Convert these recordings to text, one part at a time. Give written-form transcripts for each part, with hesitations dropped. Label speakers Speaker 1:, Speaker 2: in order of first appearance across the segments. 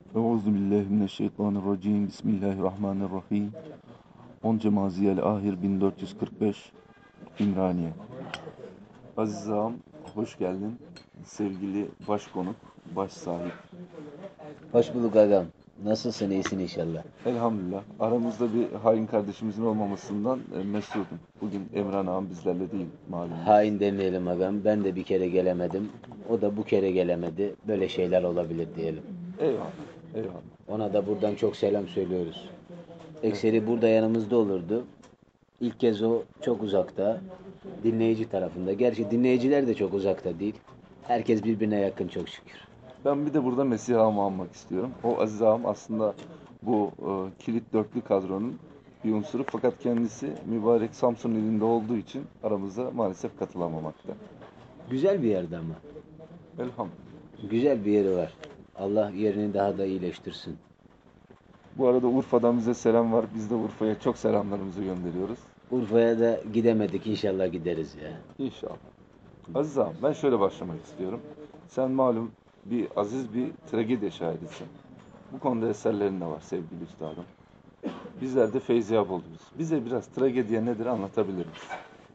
Speaker 1: Euzubillahimineşşeytanirracim. Bismillahirrahmanirrahim. 10 Cemaziyel Ahir 1445 İmraniye. Aziz ağam, hoş geldin. Sevgili başkonuk, baş sahip.
Speaker 2: Hoş bulduk ağam. Nasılsın? İyisin inşallah.
Speaker 1: Elhamdülillah. Aramızda bir hain kardeşimizin olmamasından mesudum. Bugün Emran ağam bizlerle değil malum.
Speaker 2: Hain demeyelim ağam. Ben de bir kere gelemedim. O da bu kere gelemedi. Böyle şeyler olabilir diyelim.
Speaker 1: Eyvallah, eyvallah.
Speaker 2: Ona da buradan çok selam söylüyoruz. Ekseri burada yanımızda olurdu. İlk kez o çok uzakta. Dinleyici tarafında. Gerçi dinleyiciler de çok uzakta değil. Herkes birbirine yakın çok şükür.
Speaker 1: Ben bir de burada Mesih ağamı almak istiyorum. O Aziz ağam aslında bu kilit dörtlü kadronun bir unsuru, fakat kendisi mübarek Samsun ilinde olduğu için aramıza maalesef katılamamakta.
Speaker 2: Güzel bir yerde ama.
Speaker 1: Elhamdülillah.
Speaker 2: Güzel bir yeri var. Allah yerini daha da iyileştirsin.
Speaker 1: Bu arada Urfa'dan bize selam var. Biz de Urfa'ya çok selamlarımızı gönderiyoruz.
Speaker 2: Urfa'ya da gidemedik. İnşallah gideriz ya.
Speaker 1: İnşallah. Aziz ağam, ben şöyle başlamak istiyorum. Sen malum aziz bir tragedya şahidisin. Bu konuda eserlerin de var sevgili üstadım. Bizler de feyziyap oluyoruz. Bize biraz tragedya nedir anlatabilir misin?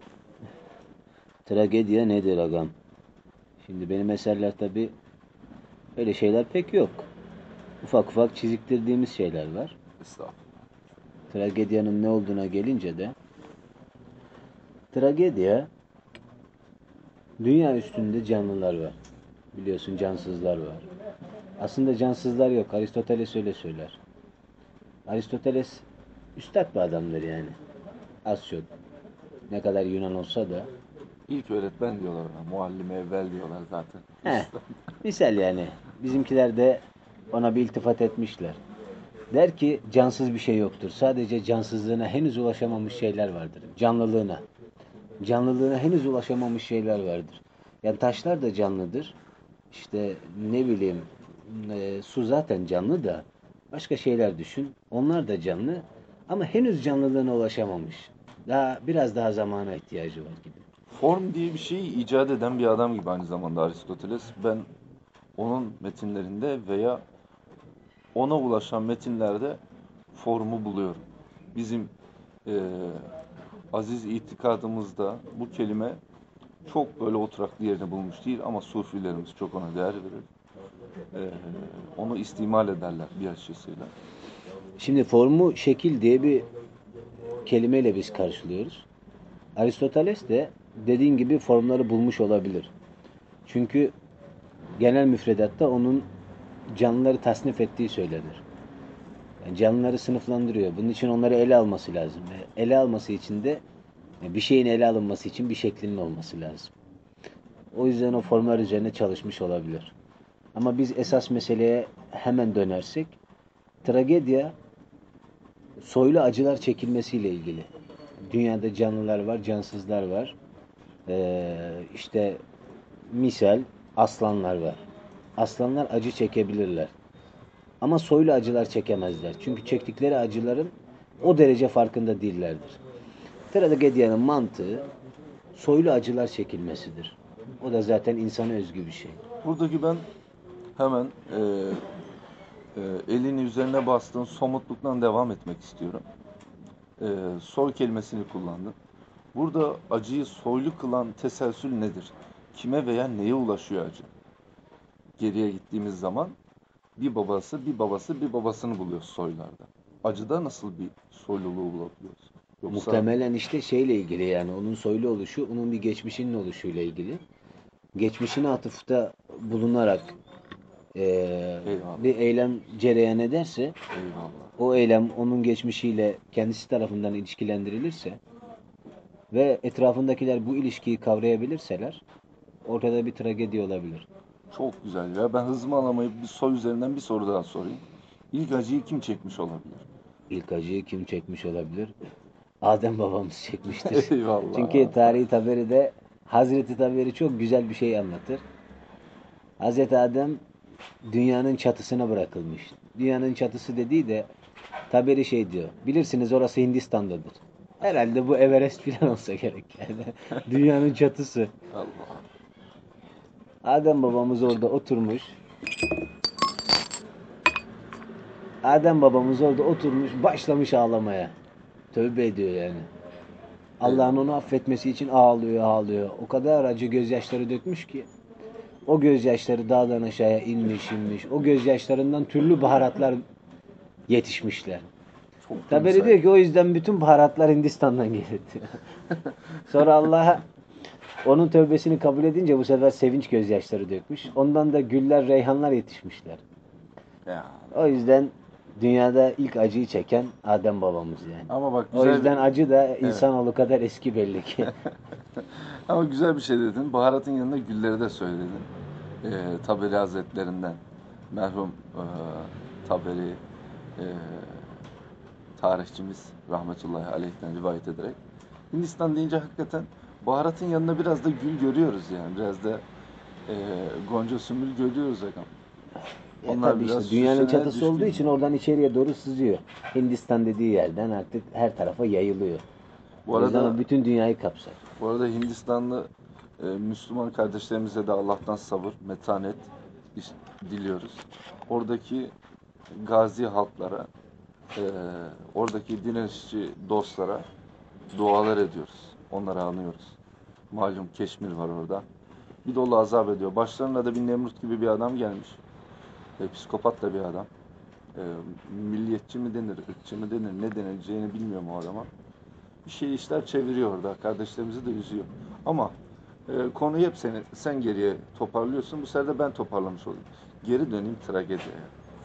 Speaker 2: Tragedya nedir ağam? Şimdi benim eserler tabi öyle şeyler pek yok. Ufak ufak çiziktirdiğimiz şeyler var.
Speaker 1: Estağfurullah.
Speaker 2: Tragedyanın ne olduğuna gelince de tragedya dünya üstünde canlılar var. Biliyorsun cansızlar var. Aslında cansızlar yok. Aristoteles öyle söyler. Aristoteles üstad bir adamdır yani. Az çok. Ne kadar Yunan olsa da.
Speaker 1: İlk öğretmen diyorlar ona. Muallim-i evvel diyorlar zaten.
Speaker 2: Misal yani. Bizimkiler de ona bir iltifat etmişler. Der ki cansız bir şey yoktur. Sadece cansızlığına henüz ulaşamamış şeyler vardır. Canlılığına. Canlılığına henüz ulaşamamış şeyler vardır. Yani taşlar da canlıdır. İşte ne bileyim su zaten canlı da başka şeyler düşün. Onlar da canlı ama henüz canlılığına ulaşamamış. Biraz daha zamana ihtiyacı var gibi.
Speaker 1: Form diye bir şeyi icat eden bir adam gibi aynı zamanda Aristoteles. Ben onun metinlerinde veya ona ulaşan metinlerde formu buluyorum. Bizim aziz itikadımızda bu kelime çok böyle oturaklı yerini bulmuş değil ama sufilerimiz çok ona değer verir. Onu istimal ederler bir açısıyla.
Speaker 2: Şimdi formu şekil diye bir kelimeyle biz karşılıyoruz. Aristoteles de dediğin gibi formları bulmuş olabilir. Çünkü genel müfredatta onun canlıları tasnif ettiği söylenir. Yani canlıları sınıflandırıyor. Bunun için onları ele alması lazım. Ele alması için de bir şeyin ele alınması için bir şeklinin olması lazım. O yüzden o formlar üzerine çalışmış olabilir. Ama biz esas meseleye hemen dönersek, tragedya soylu acılar çekilmesiyle ilgili. Dünyada canlılar var, cansızlar var. İşte misal aslanlar var. Aslanlar acı çekebilirler. Ama soylu acılar çekemezler. Çünkü çektikleri acıların o derece farkında değillerdir. Tragedyanın mantığı soylu acılar çekilmesidir. O da zaten insana özgü bir şey.
Speaker 1: Buradaki ben hemen elini üzerine bastığın somutluktan devam etmek istiyorum. Soy kelimesini kullandın. Burada acıyı soylu kılan teselsül nedir? Kime veya neye ulaşıyor acı? Geriye gittiğimiz zaman bir babasını buluyor soylarda. Acıda nasıl bir soyluluğu bulabiliyoruz? Yoksa...
Speaker 2: Muhtemelen işte şeyle ilgili, yani onun soylu oluşu, onun bir geçmişinin oluşuyla ilgili. Geçmişine atıfta bulunarak bir eylem cereyan ederse,
Speaker 1: eyvallah,
Speaker 2: o eylem onun geçmişiyle kendisi tarafından ilişkilendirilirse ve etrafındakiler bu ilişkiyi kavrayabilirseler ortada bir tragedi olabilir.
Speaker 1: Çok güzel ya. Ben hızımı alamayıp bir soy üzerinden bir soru daha sorayım. İlk acıyı kim çekmiş olabilir?
Speaker 2: İlk acıyı kim çekmiş olabilir? Adem babamız çekmiştir.
Speaker 1: Eyvallah.
Speaker 2: Çünkü tarihi Taberi'de Hazreti Taberi çok güzel bir şey anlatır. Hazreti Adem dünyanın çatısına bırakılmış. Dünyanın çatısı dediği de Taberi şey diyor. Bilirsiniz orası Hindistan'dadır. Herhalde bu Everest falan olsa gerek yani. Dünyanın çatısı.
Speaker 1: Allah.
Speaker 2: Adem babamız orada oturmuş. Adem babamız orada oturmuş, başlamış ağlamaya. Tövbe ediyor yani. Allah'ın onu affetmesi için ağlıyor. O kadar acı gözyaşları dökmüş ki. O gözyaşları dağdan aşağıya inmiş. O gözyaşlarından türlü baharatlar yetişmişler.
Speaker 1: Çok
Speaker 2: Taberi
Speaker 1: duygusal.
Speaker 2: diyor ki o yüzden bütün baharatlar Hindistan'dan geldi. Sonra Allah onun tövbesini kabul edince bu sefer sevinç gözyaşları dökmüş. Ondan da güller, reyhanlar yetişmişler.
Speaker 1: Ya.
Speaker 2: O yüzden dünyada ilk acıyı çeken Adem babamız yani.
Speaker 1: Ama bak
Speaker 2: O
Speaker 1: güzel
Speaker 2: yüzden acı da insanoğlu kadar eski belli ki.
Speaker 1: Ama güzel bir şey dedin. Baharatın yanında gülleri de söyledin. Taberi Hazretlerinden merhum Taberi tarihçimiz rahmetullahi aleyhten rivayet ederek. Hindistan deyince hakikaten baharatın yanında biraz da gül görüyoruz yani. Biraz da gonca sümül görüyoruz hocam.
Speaker 2: Tabii işte dünyanın çatısı olduğu için oradan içeriye doğru sızıyor. Hindistan dediği yerden artık her tarafa yayılıyor.
Speaker 1: Bu arada
Speaker 2: bütün dünyayı kapsar.
Speaker 1: Bu arada Hindistanlı Müslüman kardeşlerimize de Allah'tan sabır, metanet diliyoruz. Oradaki gazi halklara, oradaki direnişçi dostlara dualar ediyoruz. Onları anıyoruz. Malum Keşmir var orada. Bir dolu azap ediyor. Başlarına da bir Nemrut gibi bir adam gelmiş. Psikopat da bir adam. Milliyetçi mi denir, ırkçı mı denir, ne denileceğini bilmiyorum o adama. Bir şey işler çeviriyor orada. Kardeşlerimizi de üzüyor. Ama konuyu hep sen geriye toparlıyorsun. Bu sefer de ben toparlamış olayım. Geri döneyim tragediye.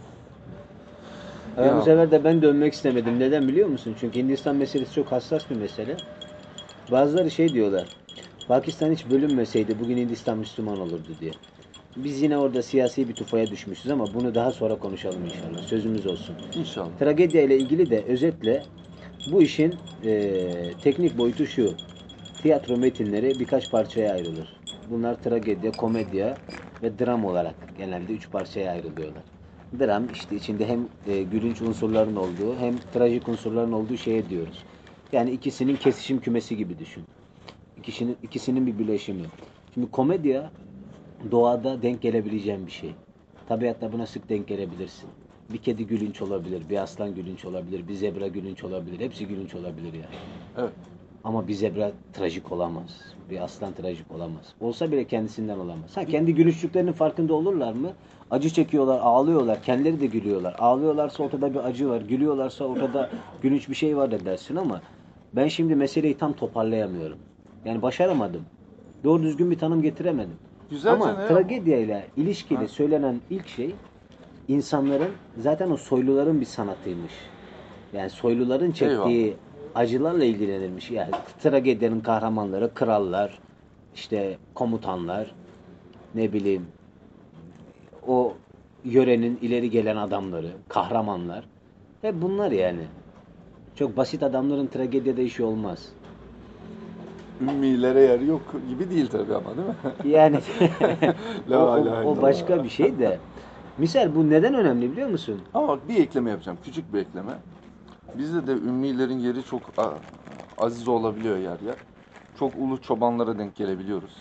Speaker 2: Bu sefer de ben dönmek istemedim. Neden biliyor musun? Çünkü Hindistan meselesi çok hassas bir mesele. Bazıları şey diyorlar. Pakistan hiç bölünmeseydi bugün Hindistan Müslüman olurdu diye. Biz yine orada siyasi bir tufaya düşmüşüz ama bunu daha sonra konuşalım inşallah. Sözümüz olsun.
Speaker 1: İnşallah.
Speaker 2: Tragedya ile ilgili de özetle bu işin teknik boyutu şu. Tiyatro metinleri birkaç parçaya ayrılır. Bunlar tragedya, komedya ve dram olarak genelde 3 parçaya ayrılıyorlar. Dram işte içinde hem gülünç unsurların olduğu hem trajik unsurların olduğu şeye diyoruz. Yani ikisinin kesişim kümesi gibi düşün. İkisinin bir bileşimi. Şimdi komedya doğada denk gelebileceğin bir şey. Tabiatta buna sık denk gelebilirsin. Bir kedi gülünç olabilir, bir aslan gülünç olabilir, bir zebra gülünç olabilir. Hepsi gülünç olabilir yani.
Speaker 1: Evet.
Speaker 2: Ama bir zebra trajik olamaz. Bir aslan trajik olamaz. Olsa bile kendisinden olamaz. Kendi gülüşlüklerinin farkında olurlar mı? Acı çekiyorlar, ağlıyorlar. Kendileri de gülüyorlar. Ağlıyorlarsa ortada bir acı var. Gülüyorlarsa ortada gülünç bir şey var dersin ama ben şimdi meseleyi tam toparlayamıyorum. Yani başaramadım. Doğru düzgün bir tanım getiremedim.
Speaker 1: Güzelce
Speaker 2: Ama tragedya ilişkili söylenen ilk şey insanların zaten o soyluların bir sanatıymış. Yani soyluların çektiği acılarla ilgilenirmiş. Yani tragedyanın kahramanları, krallar, işte komutanlar, ne bileyim o yörenin ileri gelen adamları, kahramanlar. Hep bunlar yani. Çok basit adamların tragedyada işi olmaz.
Speaker 1: Ümmilere yer yok gibi değil tabii ama değil mi?
Speaker 2: Yani
Speaker 1: o
Speaker 2: başka bir şey de. Misal bu neden önemli biliyor musun?
Speaker 1: Ama bir ekleme yapacağım. Küçük bir ekleme. Bizde de ümmilerin yeri çok aziz olabiliyor yer yer. Çok ulu çobanlara denk gelebiliyoruz.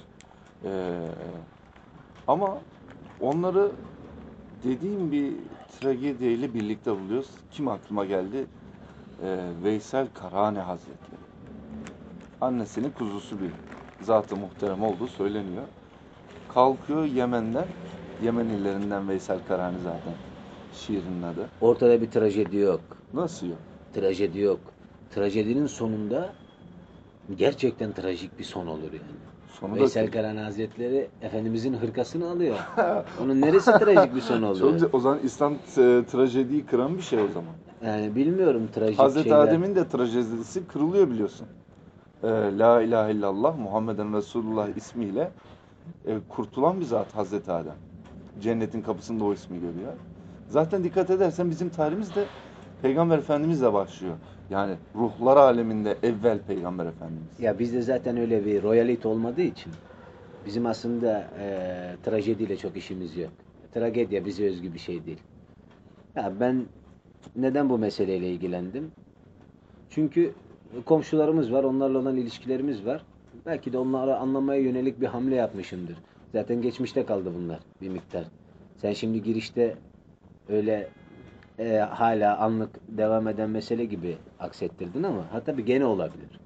Speaker 1: Ama onları dediğim bir tragediyle birlikte buluyoruz. Kim aklıma geldi? Veysel Karani Hazretleri. Annesinin kuzusu bir zat-ı muhterem olduğu söyleniyor. Kalkıyor Yemen'den, Yemen illerinden Veysel Karani zaten şiirinin adı.
Speaker 2: Ortada bir trajedi yok.
Speaker 1: Nasıl yok?
Speaker 2: Trajedi yok. Trajedinin sonunda gerçekten trajik bir son olur yani. Veysel Karani Hazretleri Efendimizin hırkasını alıyor. Onun neresi trajik bir son oluyor?
Speaker 1: O zaman İslam trajediyi kıran bir şey o zaman.
Speaker 2: Yani bilmiyorum trajik
Speaker 1: Hazreti
Speaker 2: şeyler.
Speaker 1: Adem'in de trajedisi kırılıyor biliyorsun. La ilahe illallah Muhammeden Resulullah ismiyle kurtulan bir zat Hazreti Adem. Cennetin kapısında o ismi görüyor. Zaten dikkat edersen bizim tarihimiz de Peygamber Efendimizle başlıyor. Yani ruhlar aleminde evvel Peygamber Efendimiz.
Speaker 2: Ya bizde zaten öyle bir royalite olmadığı için bizim aslında trajediyle çok işimiz yok. Tragedya bize özgü bir şey değil. Ya ben neden bu meseleyle ilgilendim? Çünkü komşularımız var, onlarla olan ilişkilerimiz var. Belki de onları anlamaya yönelik bir hamle yapmışımdır. Zaten geçmişte kaldı bunlar bir miktar. Sen şimdi girişte öyle hala anlık devam eden mesele gibi aksettirdin ama tabii gene olabilir.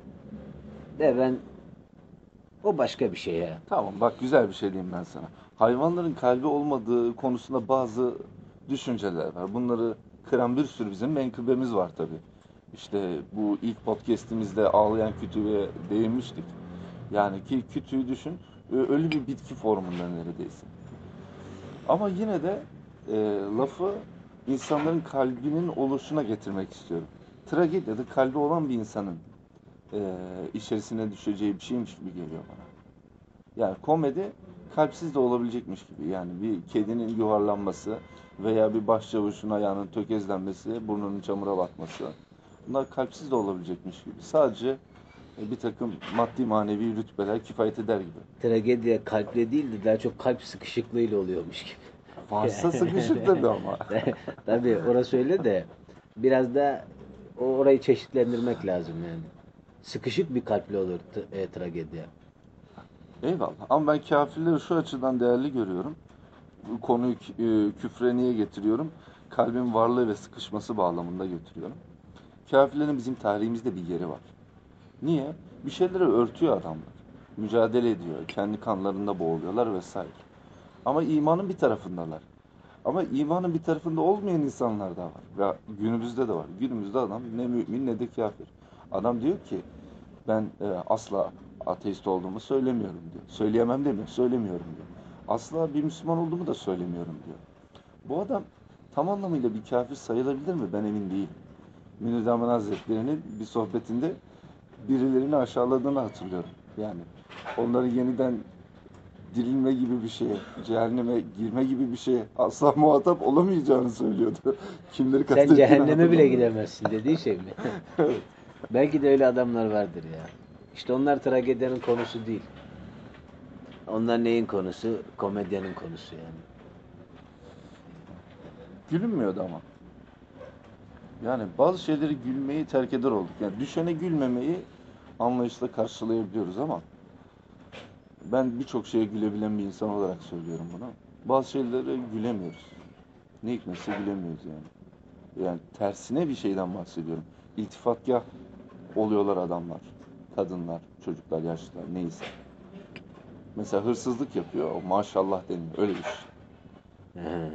Speaker 2: De ben o başka bir şey ya.
Speaker 1: Tamam bak güzel bir şey diyeyim ben sana. Hayvanların kalbi olmadığı konusunda bazı düşünceler var. Bunları kıran bir sürü bizim menkıbemiz var tabii. İşte bu ilk podcast'imizde ağlayan kütüğe değinmiştik. Yani ki kütüğü düşün, ölü bir bitki formunda neredeyse. Ama yine de lafı insanların kalbinin oluşuna getirmek istiyorum. Tragedide kalbi olan bir insanın içerisine düşeceği bir şeymiş gibi geliyor bana. Yani komedi kalpsiz de olabilecekmiş gibi. Yani bir kedinin yuvarlanması veya bir başçavuşun ayağının tökezlenmesi, burnunun çamura batması. Bunlar kalpsiz de olabilecekmiş gibi. Sadece bir takım maddi manevi rütbeler kifayet eder gibi.
Speaker 2: Tragedi kalple değil de daha çok kalp sıkışıklığıyla oluyormuş gibi.
Speaker 1: Varsa sıkışık tabii ama.
Speaker 2: Tabii orası öyle de biraz da orayı çeşitlendirmek lazım yani. Sıkışık bir kalple olur tragedi.
Speaker 1: Eyvallah. Ama ben kafirleri şu açıdan değerli görüyorum. Bu konuyu küfre niye getiriyorum? Kalbin varlığı ve sıkışması bağlamında götürüyorum. Kafirlerin bizim tarihimizde bir yeri var. Niye? Bir şeyleri örtüyor adamlar. Mücadele ediyor. Kendi kanlarında boğuluyorlar vesaire. Ama imanın bir tarafındalar. Ama imanın bir tarafında olmayan insanlar da var. Ve günümüzde de var. Günümüzde adam ne mümin ne de kafir. Adam diyor ki ben asla ateist olduğumu söylemiyorum diyor. Söyleyemem demiyor. Söylemiyorum diyor. Asla bir Müslüman olduğumu da söylemiyorum diyor. Bu adam tam anlamıyla bir kafir sayılabilir mi? Ben emin değilim. Münir Daman Hazretleri'nin bir sohbetinde birilerini aşağıladığını hatırlıyorum. Yani onları yeniden dirilme gibi bir şeye, cehenneme girme gibi bir şeye asla muhatap olamayacağını söylüyordu. Kimleri
Speaker 2: Sen
Speaker 1: kastettiğini
Speaker 2: cehenneme bile
Speaker 1: hatırlamıyorum.
Speaker 2: gidemezsin dediği şey mi? Belki de öyle adamlar vardır ya. İşte onlar tragedinin konusu değil. Onlar neyin konusu? Komedyanın konusu yani.
Speaker 1: Gülünmüyordu ama. Yani bazı şeyleri gülmeyi terk eder olduk. Yani düşene gülmemeyi anlayışla karşılayabiliyoruz ama ben birçok şeye gülebilen bir insan olarak söylüyorum bunu. Bazı şeylere gülemiyoruz. Ne hikmetse gülemiyoruz yani. Yani tersine bir şeyden bahsediyorum. İltifatgah oluyorlar adamlar. Kadınlar, çocuklar, yaşlılar neyse. Mesela hırsızlık yapıyor. O maşallah deniyor. Öyle bir şey.
Speaker 2: He.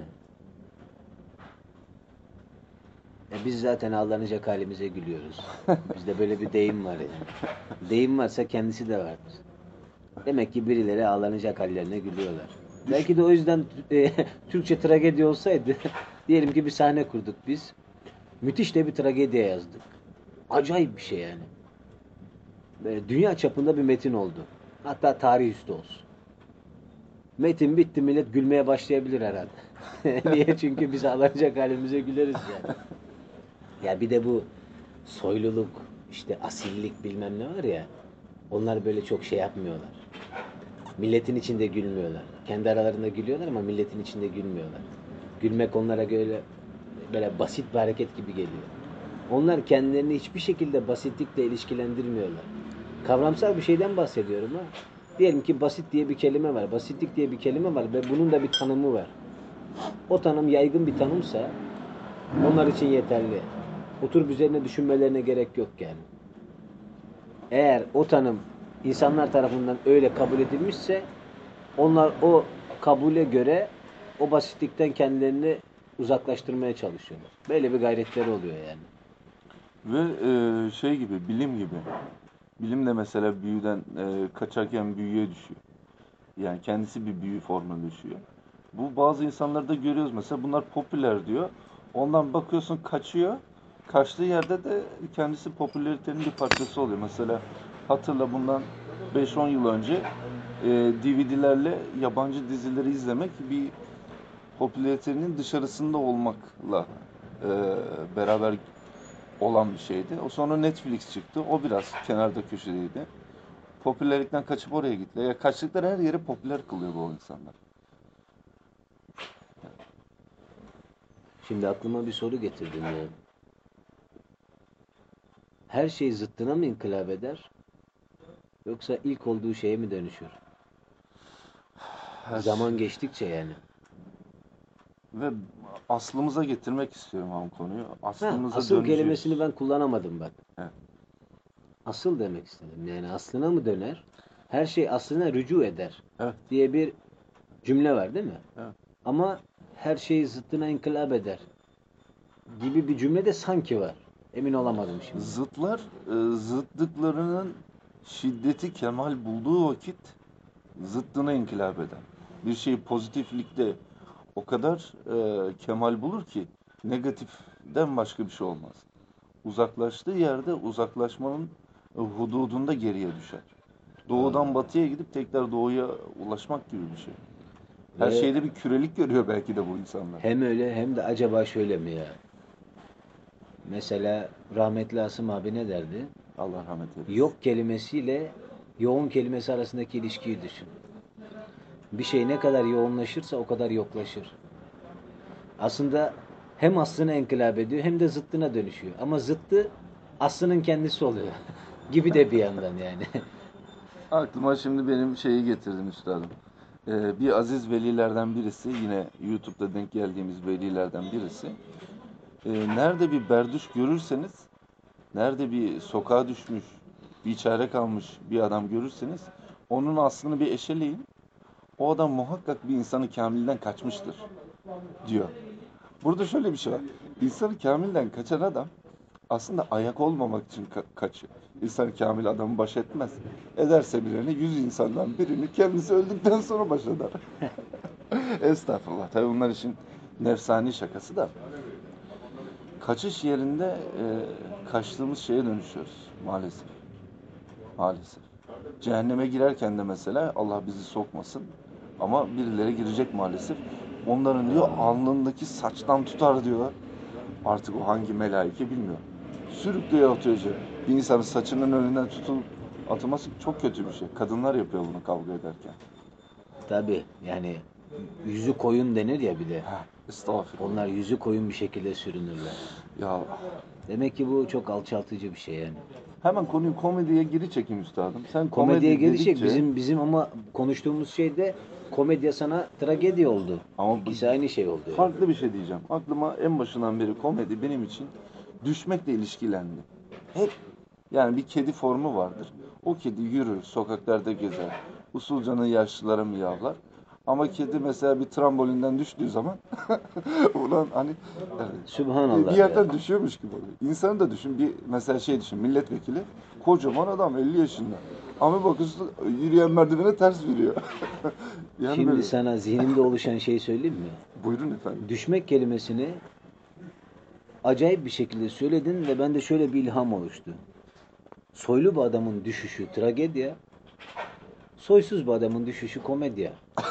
Speaker 2: Biz zaten ağlanacak halimize gülüyoruz. Bizde böyle bir deyim var yani. Deyim varsa kendisi de vardır. Demek ki birileri ağlanacak hallerine gülüyorlar.
Speaker 1: Düş.
Speaker 2: Belki de o yüzden Türkçe tragedi olsaydı diyelim ki bir sahne kurduk biz. Müthiş de bir tragediye yazdık. Acayip bir şey yani. Böyle dünya çapında bir metin oldu. Hatta tarih üstü olsun. Metin bitti millet gülmeye başlayabilir herhalde. Niye? Çünkü biz ağlanacak halimize güleriz yani. Ya bir de bu soyluluk, işte asillik bilmem ne var ya. Onlar böyle çok şey yapmıyorlar. Milletin içinde gülmüyorlar. Kendi aralarında gülüyorlar ama milletin içinde gülmüyorlar. Gülmek onlara böyle basit bir hareket gibi geliyor. Onlar kendilerini hiçbir şekilde basitlikle ilişkilendirmiyorlar. Kavramsal bir şeyden bahsediyorum ha. Diyelim ki basit diye bir kelime var. Basitlik diye bir kelime var ve bunun da bir tanımı var. O tanım yaygın bir tanımsa onlar için yeterli. Oturup üzerine düşünmelerine gerek yok yani. Eğer o tanım insanlar tarafından öyle kabul edilmişse onlar o kabule göre o basitlikten kendilerini uzaklaştırmaya çalışıyorlar. Böyle bir gayretleri oluyor yani.
Speaker 1: Ve şey gibi, bilim gibi. Bilim de mesela büyüden kaçarken büyüye düşüyor. Yani kendisi bir büyü formuna düşüyor. Bu bazı insanlarda görüyoruz mesela bunlar popüler diyor. Ondan bakıyorsun kaçıyor. Kaçtığı yerde de kendisi popülaritenin bir parçası oluyor. Mesela hatırla bundan 5-10 yıl önce DVD'lerle yabancı dizileri izlemek bir popülaritenin dışarısında olmakla beraber olan bir şeydi. O sonra Netflix çıktı. O biraz kenarda köşedeydi. Popülerlikten kaçıp oraya gittiler. Ya kaçtıkları her yeri popüler kılıyor bu insanlar.
Speaker 2: Şimdi aklıma bir soru getirdin ya. Her şey zıttına mı inkılap eder? Yoksa ilk olduğu şeye mi dönüşür?
Speaker 1: Her şey.
Speaker 2: Zaman geçtikçe yani.
Speaker 1: Ve aslımıza getirmek istiyorum ama konuyu. Aslımıza
Speaker 2: Asıl
Speaker 1: döneceğiz.
Speaker 2: kelimesini ben kullanamadım bak.
Speaker 1: Evet.
Speaker 2: Asıl demek istedim. Yani aslına mı döner? Her şey aslına rücu eder
Speaker 1: Evet.
Speaker 2: diye bir cümle var değil mi?
Speaker 1: Evet.
Speaker 2: Ama her şey zıttına inkılap eder gibi bir cümle de sanki var. Emin olamadım şimdi.
Speaker 1: Zıtlar zıtlıklarının şiddeti kemal bulduğu vakit zıttına inkılap eder. Bir şey pozitiflikte o kadar kemal bulur ki negatiften başka bir şey olmaz. Uzaklaştığı yerde uzaklaşmanın hududunda geriye düşer. Doğudan batıya gidip tekrar doğuya ulaşmak gibi bir şey. Her
Speaker 2: Ve
Speaker 1: şeyde bir kürelik görüyor belki de bu insanlar.
Speaker 2: hem öyle hem de acaba şöyle mi ya? Mesela rahmetli Asım abi ne derdi?
Speaker 1: Allah rahmet eylesin.
Speaker 2: Yok kelimesiyle yoğun kelimesi arasındaki ilişkiyi düşün. Bir şey ne kadar yoğunlaşırsa o kadar yoklaşır. Aslında hem aslına inkılap ediyor hem de zıttına dönüşüyor. Ama zıttı aslının kendisi oluyor. Gibi de bir yandan yani.
Speaker 1: Aklıma şimdi benim şeyi getirdim üstadım. Bir aziz velilerden birisi, yine YouTube'da denk geldiğimiz velilerden birisi. Nerede bir berduş görürseniz, nerede bir sokağa düşmüş, bir çare kalmış bir adam görürseniz, onun aslını bir eşeleyin. O adam muhakkak bir insanı kamilden kaçmıştır diyor. Burada şöyle bir şey var. İnsanı kamilden kaçan adam aslında ayak olmamak için kaçıyor. İnsan kamil adamı baş etmez. Ederse birini 100 insandan birini kendisi öldükten sonra baş eder. Estağfurullah. Tabii bunlar için nefsani şakası da. Kaçış yerinde kaçtığımız şeye dönüşüyoruz maalesef. Maalesef. Cehenneme girerken de mesela Allah bizi sokmasın ama birileri girecek maalesef. Onların diyor alnındaki saçtan tutar diyorlar. Artık o hangi melaike bilmiyorum. Sürüklüyor atıyor cebe. Bir insanın saçının önünden tutulup atılması çok kötü bir şey. Kadınlar yapıyor bunu kavga ederken.
Speaker 2: Tabii yani yüzü koyun denir ya bir de.
Speaker 1: Estağfurullah.
Speaker 2: Onlar yüzü koyun bir şekilde sürünürler.
Speaker 1: Ya
Speaker 2: Demek ki bu çok alçaltıcı bir şey yani.
Speaker 1: hemen konuyu komediye geri çekeyim üstadım. Sen
Speaker 2: Komediye
Speaker 1: komedi
Speaker 2: gelecek
Speaker 1: dedikçe
Speaker 2: bizim ama konuştuğumuz şey de komedya sana tragedi oldu.
Speaker 1: ama
Speaker 2: İkisi aynı şey oldu. Yani.
Speaker 1: farklı bir şey diyeceğim. Aklıma en başından beri komedi benim için düşmekle ilişkilendi. Hep yani bir kedi formu vardır. O kedi yürür, sokaklarda gezer. Usulcana yaşlılara miyavlar. Ama kedi mesela bir trambolinden düştüğü zaman ulan hani
Speaker 2: Sübhanallah
Speaker 1: bir yerden
Speaker 2: ya.
Speaker 1: düşüyormuş gibi oluyor. İnsanı da düşün. Bir mesela şey düşün. Milletvekili kocaman adam 50 yaşında. Ama bakıyorsun yürüyen merdivene ters yürüyor. Yani
Speaker 2: Şimdi
Speaker 1: böyle.
Speaker 2: sana zihnimde oluşan şeyi söyleyeyim mi?
Speaker 1: Buyurun efendim.
Speaker 2: Düşmek kelimesini acayip bir şekilde söyledin ve bende şöyle bir ilham oluştu. Soylu bir adamın düşüşü tragedya, soysuz bir adamın düşüşü komedya.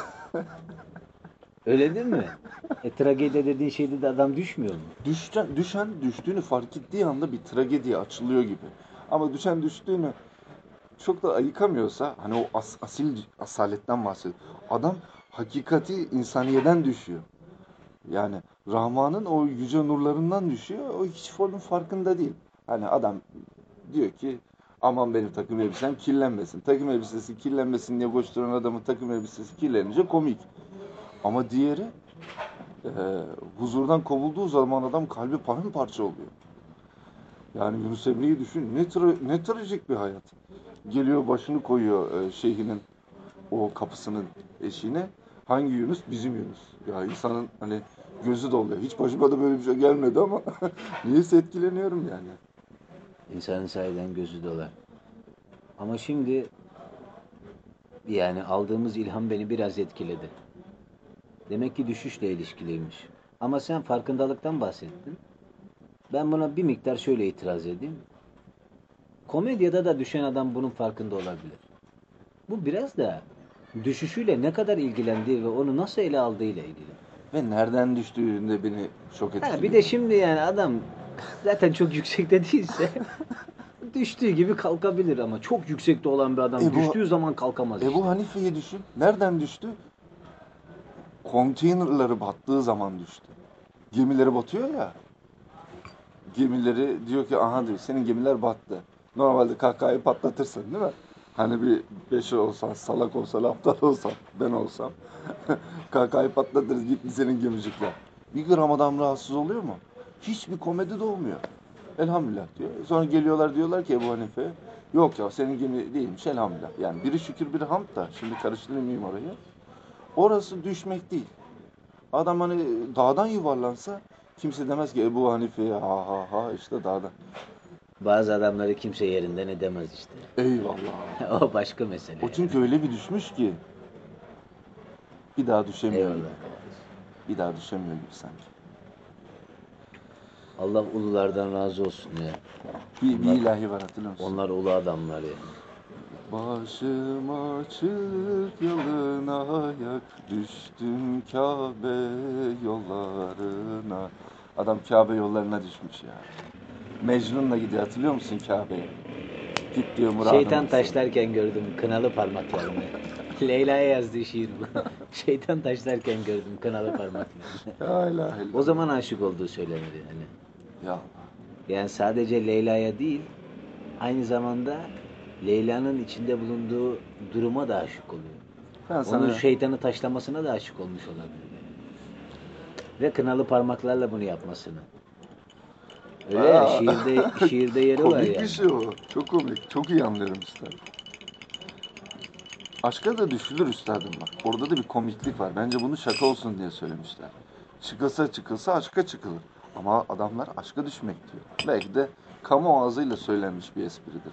Speaker 2: Öyle değil mi? Tragedya dediğin şeyde de adam düşmüyor mu?
Speaker 1: Düşen düştüğünü fark ettiği anda bir tragediye açılıyor gibi. Ama düşen düştüğünü çok da ayıkamıyorsa hani o asil asaletten bahsediyor. Adam hakikati insaniyeden düşüyor. Yani Rahman'ın o yüce nurlarından düşüyor. O hiç onun farkında değil. Hani adam diyor ki aman benim takım elbisem kirlenmesin. Takım elbisesi kirlenmesin diye koşturan adamın takım elbisesi kirlenince komik. Ama diğeri huzurdan kovulduğu zaman adam kalbi paramparça oluyor. Yani Yunus Emre'yi düşün. Ne trajik bir hayat. Geliyor başını koyuyor şeyhinin o kapısının eşiğine. Hangi Yunus? Bizim Yunus. Ya insanın hani gözü doluyor. Hiç başıma da böyle bir şey gelmedi ama niyeyse etkileniyorum yani.
Speaker 2: İnsanın sahiden gözü dolar. Ama şimdi yani aldığımız ilham beni biraz etkiledi. Demek ki düşüşle ilişkiliymiş. Ama sen farkındalıktan bahsettin. Ben buna bir miktar şöyle itiraz edeyim. Komedyada da düşen adam bunun farkında olabilir. Bu biraz da düşüşüyle ne kadar ilgilendiği ve onu nasıl ele aldığıyla ilgili.
Speaker 1: Ve nereden düştüğünde beni çok etkiliyor.
Speaker 2: Ha, bir de şimdi yani adam zaten çok yüksekte değilse düştüğü gibi kalkabilir ama çok yüksekte olan bir adam düştüğü zaman kalkamaz işte.
Speaker 1: Ebu Hanife'yi düşün. Nereden düştü? Konteynerları battığı zaman düştü. Gemileri batıyor ya. Gemileri diyor ki aha diyor senin gemiler battı. Normalde kahkahayı patlatırsın değil mi? Hani bir beşer olsan, salak olsan, aptal olsan, ben olsam kahkahayı patlatırız gitti senin gemicikler. Bir gram adam rahatsız oluyor mu? Hiçbir komedi de olmuyor. Elhamdülillah diyor. Sonra geliyorlar diyorlar ki Ebu Hanife, yok ya senin gibi değilmiş elhamdülillah. Yani biri şükür biri hamd da, şimdi karıştırmayayım orayı. Orası düşmek değil. Adam hani dağdan yuvarlansa kimse demez ki Ebu Hanife ha ha ha işte dağdan.
Speaker 2: Bazı adamları kimse yerinden edemez işte.
Speaker 1: Eyvallah.
Speaker 2: O başka mesele.
Speaker 1: O çünkü öyle bir düşmüş ki bir daha düşemiyor.
Speaker 2: Eyvallah.
Speaker 1: Bir daha düşemiyor gibi sanki.
Speaker 2: Allah ululardan razı olsun ya.
Speaker 1: Bir ilahi var, hatırlıyor musun?
Speaker 2: Onlar ulu adamlar ya.
Speaker 1: Başım açık yalın ayak, düştüm Kabe yollarına. Adam Kabe yollarına düşmüş ya. Mecnun'la gidiyor, hatırlıyor musun Kabe'ye? Git diyor muradına.
Speaker 2: Şeytan taşlarken gördüm kınalı parmaklarını. Leyla'ya yazdığı şiir bu. Şeytan taşlarken gördüm kınalı parmaklarını.
Speaker 1: La ilahe illallah.
Speaker 2: O zaman aşık olduğu söylenir yani.
Speaker 1: Ya
Speaker 2: Yani sadece Leyla'ya değil, aynı zamanda Leyla'nın içinde bulunduğu duruma da aşık oluyor.
Speaker 1: ben sana
Speaker 2: Onun şeytanı taşlamasına da aşık olmuş olabilir. Ve kınalı parmaklarla bunu yapmasını. Öyle ya, şiirde yeri var
Speaker 1: komik
Speaker 2: yani.
Speaker 1: bir şey o. Çok komik. Çok iyi anlıyorum üstadım. Aşka da düşülür üstadım bak. Orada da bir komiklik var. Bence bunu şaka olsun diye söylemişler. Çıkılsa aşka çıkılır. Ama adamlar aşka düşmek diyor. Belki de kamu ağzıyla söylenmiş bir espridir.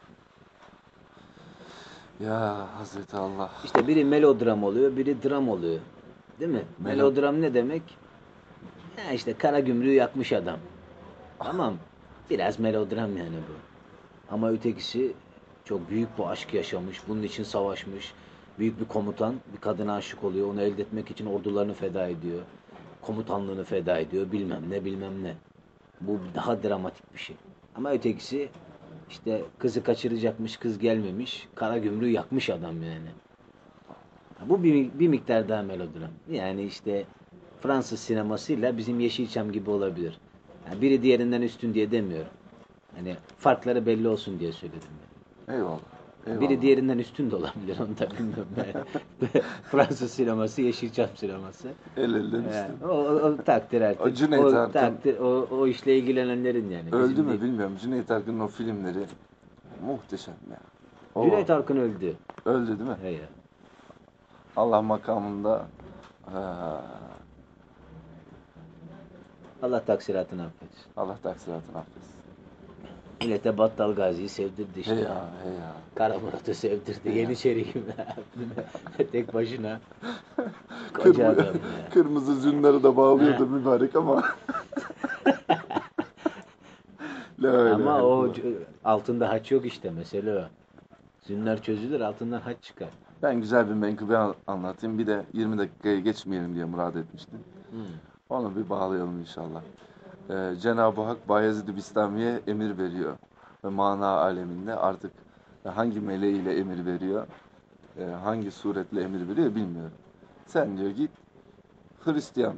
Speaker 1: Ya Hazreti Allah.
Speaker 2: İşte biri melodram oluyor, biri dram oluyor. Değil mi? Melodram ne demek? Ya işte kara gümrüğü yakmış adam. Tamam. Biraz melodram yani bu. Ama ötekisi çok büyük bir aşk yaşamış, bunun için savaşmış. Büyük bir komutan bir kadına aşık oluyor. Onu elde etmek için ordularını feda ediyor. Komutanlığını feda ediyor. Bilmem ne. Bu daha dramatik bir şey. Ama ötekisi işte kızı kaçıracakmış, kız gelmemiş. Kara gümrüğü yakmış adam yani. Bu bir miktar daha melodram. Yani işte Fransız sinemasıyla bizim Yeşilçam gibi olabilir. Yani biri diğerinden üstün diye demiyorum. Hani farkları belli olsun diye söyledim.
Speaker 1: Eyvallah. Eyvallah.
Speaker 2: Biri diğerinden üstün de olabilir, onu da bilmiyorum ben. Fransız sineması, Yeşilçam sineması.
Speaker 1: El elden
Speaker 2: Yani,
Speaker 1: üstün.
Speaker 2: o takdir artık.
Speaker 1: Cüneyt
Speaker 2: O
Speaker 1: Arkın.
Speaker 2: takdir, o işle ilgilenenlerin yani.
Speaker 1: Öldü
Speaker 2: Bizim
Speaker 1: mü
Speaker 2: değil.
Speaker 1: bilmiyorum. Cüneyt Arkın'ın o filmleri muhteşem ya. O
Speaker 2: Cüneyt Arkın öldü.
Speaker 1: öldü değil mi?
Speaker 2: He ya.
Speaker 1: Allah makamında
Speaker 2: Allah taksiratını affetsin.
Speaker 1: Allah taksiratını affetsin.
Speaker 2: Millete Battal Gazi'yi sevdirdi işte.
Speaker 1: Hey ya, hey ya.
Speaker 2: Kara Murat'ı sevdirdi. Yeniçeri gibi. Tek başına. Koca
Speaker 1: Kırmızı,
Speaker 2: adam ya.
Speaker 1: kırmızı zünleri de bağlıyordu mübarek ama. La ilahe
Speaker 2: Ama o
Speaker 1: illallah.
Speaker 2: altında haç yok işte mesele o. Zünler çözülür altından haç çıkar.
Speaker 1: Ben güzel bir menkıbe anlatayım. Bir de 20 dakikayı geçmeyelim diye murad etmiştim. Onu bir bağlayalım inşallah. Cenab-ı Hak Bayezid-i Bistami'ye emir veriyor. Ve mana aleminde artık hangi meleğiyle emir veriyor, hangi suretle emir veriyor bilmiyorum. Sen diyor git Hristiyan.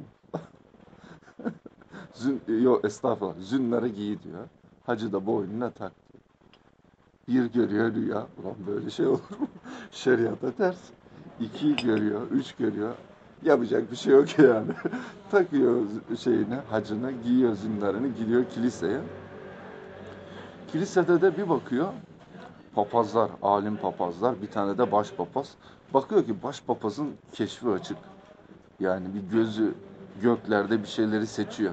Speaker 1: Yok estağfurullah. Zünleri giy diyor. Hacı da boynuna tak diyor. Bir görüyor rüya. Ulan böyle şey olur mu? Şeriata ters. 2 görüyor, 3 görüyor. Yapacak bir şey yok yani. Takıyor şeyini, hacını, giyiyor zünlerini, gidiyor kiliseye. Kilisede de bir bakıyor. Papazlar, alim papazlar, bir tane de başpapaz. Bakıyor ki başpapazın keşfi açık. Yani bir gözü göklerde bir şeyleri seçiyor.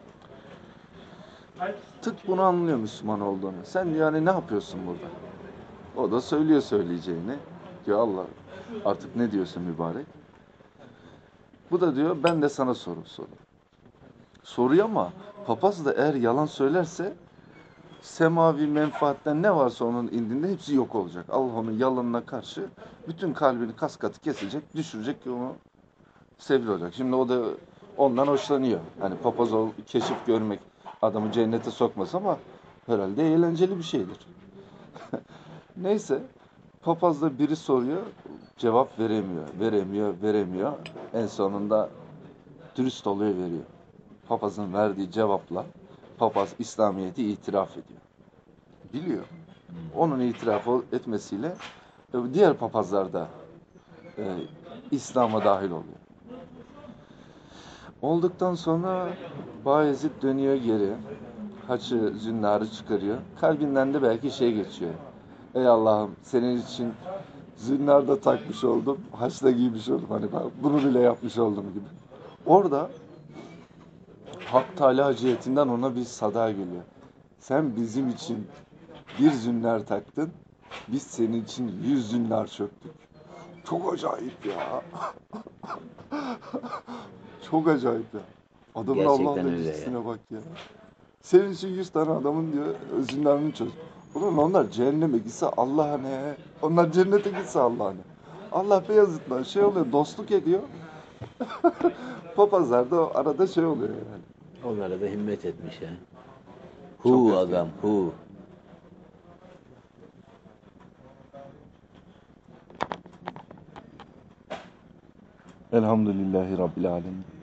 Speaker 1: Tık bunu anlıyor Müslüman olduğunu. Sen yani ne yapıyorsun burada? O da söylüyor söyleyeceğini. Diyor Allah artık ne diyorsun mübarek? Bu da diyor ben de sana soruyor. Soruyor ama papaz da eğer yalan söylerse semavi menfaatten ne varsa onun indinde hepsi yok olacak. Allah onun yalanına karşı bütün kalbini kas katı kesecek, düşürecek ki onu sevil olacak. Şimdi o da ondan hoşlanıyor. Hani papaz keşif görmek adamı cennete sokmaz ama herhalde eğlenceli bir şeydir. Neyse papaz da biri soruyor, cevap veremiyor. En sonunda dürüst oluyor veriyor. Papazın verdiği cevapla papaz İslamiyet'i itiraf ediyor. Biliyor. Onun itiraf etmesiyle diğer papazlar da İslam'a dahil oluyor. Olduktan sonra Bayezid dönüyor geri. Haçı, zünnarı çıkarıyor. Kalbinden de belki şey geçiyor. Ey Allah'ım, senin için zünnar da takmış oldum. Haç da giymiş oldum. Hani ben bunu bile yapmış oldum gibi. Orada Hak Teala cihetinden ona bir sada geliyor. Sen bizim için bir zünnar taktın. Biz senin için 100 zünnar çöktük. Çok acayip ya. Çok acayip ya. Adamın
Speaker 2: Gerçekten
Speaker 1: Allah'ın
Speaker 2: öyle ya.
Speaker 1: ilgisine bak ya. Senin için 100 tane adamın diyor zünlarını çöz. Ulan onlar cehenneme gitse Allah'a ne? Onlar cennete gitse Allah'a ne? Allah Beyazıt'la şey oluyor, dostluk ediyor. Papazlar da arada şey oluyor yani.
Speaker 2: Onlara da himmet etmiş ya.
Speaker 1: Çok
Speaker 2: Hu
Speaker 1: etkili.
Speaker 2: agam, hu.
Speaker 1: Elhamdülillahi Rabbil Alemin.